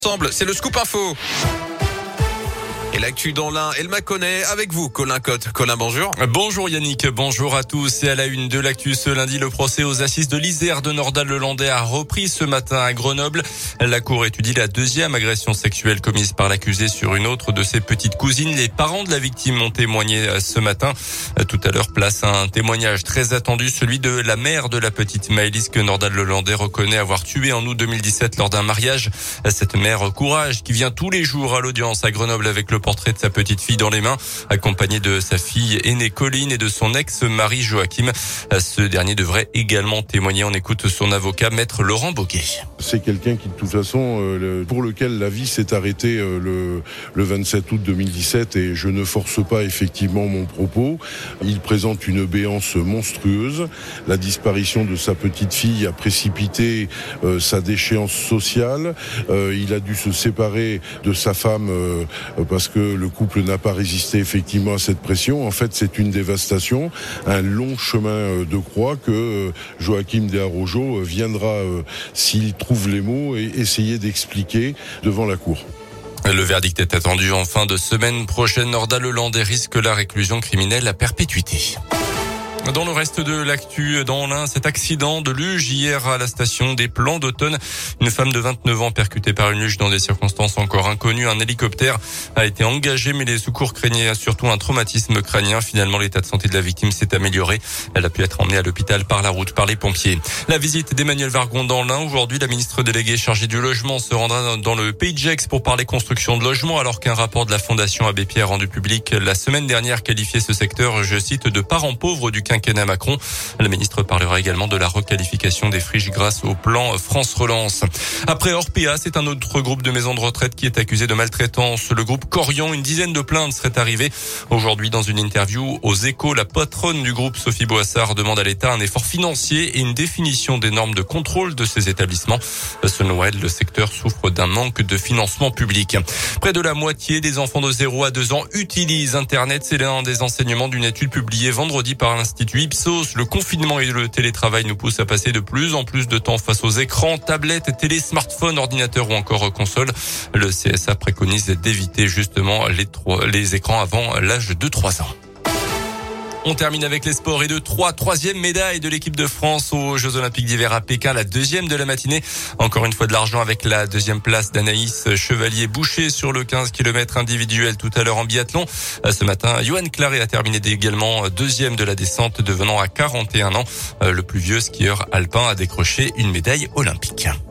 Ensemble, c'est le Scoop Info. Et l'actu dans l'Ain, elle m'a connaît avec vous, Colin Cotte. Colin, bonjour. Bonjour Yannick, bonjour à tous. Et à la une de l'actu ce lundi, le procès aux assises de l'Isère de Nordal-le-Landais a repris ce matin à Grenoble. La cour étudie la deuxième agression sexuelle commise par l'accusé sur une autre de ses petites cousines. Les parents de la victime ont témoigné ce matin. Tout à l'heure, place à un témoignage très attendu, celui de la mère de la petite Maëlys que Nordal-le-Landais reconnaît avoir tué en août 2017 lors d'un mariage. Cette mère courage qui vient tous les jours à l'audience à Grenoble avec le portrait de sa petite fille dans les mains, accompagnée de sa fille aînée Colline et de son ex-mari Joachim. Ce dernier devrait également témoigner. On écoute son avocat, maître Laurent Boguet. C'est quelqu'un qui, de toute façon, pour lequel la vie s'est arrêtée le 27 août 2017 et je ne force pas effectivement mon propos. Il présente une béance monstrueuse. La disparition de sa petite fille a précipité sa déchéance sociale. Il a dû se séparer de sa femme parce que le couple n'a pas résisté effectivement à cette pression. En fait, c'est une dévastation, un long chemin de croix que Joachim de Araujo viendra, s'il trouve les mots, et essayer d'expliquer devant la cour. Le verdict est attendu en fin de semaine prochaine. Nordal-le-Landais risque la réclusion criminelle à perpétuité. Dans le reste de l'actu, dans l'Ain, cet accident de luge hier à la station des Plans d'Automne. Une femme de 29 ans percutée par une luge dans des circonstances encore inconnues. Un hélicoptère a été engagé, mais les secours craignaient surtout un traumatisme crânien. Finalement, l'état de santé de la victime s'est amélioré. Elle a pu être emmenée à l'hôpital par la route, par les pompiers. La visite d'Emmanuel Vargon dans l'Ain. Aujourd'hui, la ministre déléguée chargée du logement se rendra dans le Pays de Gex pour parler construction de logements, alors qu'un rapport de la Fondation Abbé Pierre rendu public la semaine dernière qualifiait ce secteur, je cite, de parent pauvre du quinquennat Macron. La ministre parlera également de la requalification des friches grâce au plan France Relance. Après Orpea, c'est un autre groupe de maisons de retraite qui est accusé de maltraitance. Le groupe Corian, une dizaine de plaintes seraient arrivées. Aujourd'hui, dans une interview aux Échos, la patronne du groupe, Sophie Boissard, demande à l'État un effort financier et une définition des normes de contrôle de ces établissements. Selon elle, le secteur souffre d'un manque de financement public. Près de la moitié des enfants de 0 à 2 ans utilisent Internet. C'est l'un des enseignements d'une étude publiée vendredi par l'Institut Ipsos. Le confinement et le télétravail nous poussent à passer de plus en plus de temps face aux écrans, tablettes, télé, smartphones, ordinateurs ou encore consoles. Le CSA préconise d'éviter justement les écrans avant l'âge de 3 ans. On termine avec les sports et de troisième médaille de l'équipe de France aux Jeux Olympiques d'hiver à Pékin, la deuxième de la matinée. Encore une fois de l'argent avec la deuxième place d'Anaïs Chevalier-Boucher sur le 15 km individuel tout à l'heure en biathlon. Ce matin, Johan Claret a terminé également deuxième de la descente, devenant à 41 ans le plus vieux skieur alpin à décrocher une médaille olympique.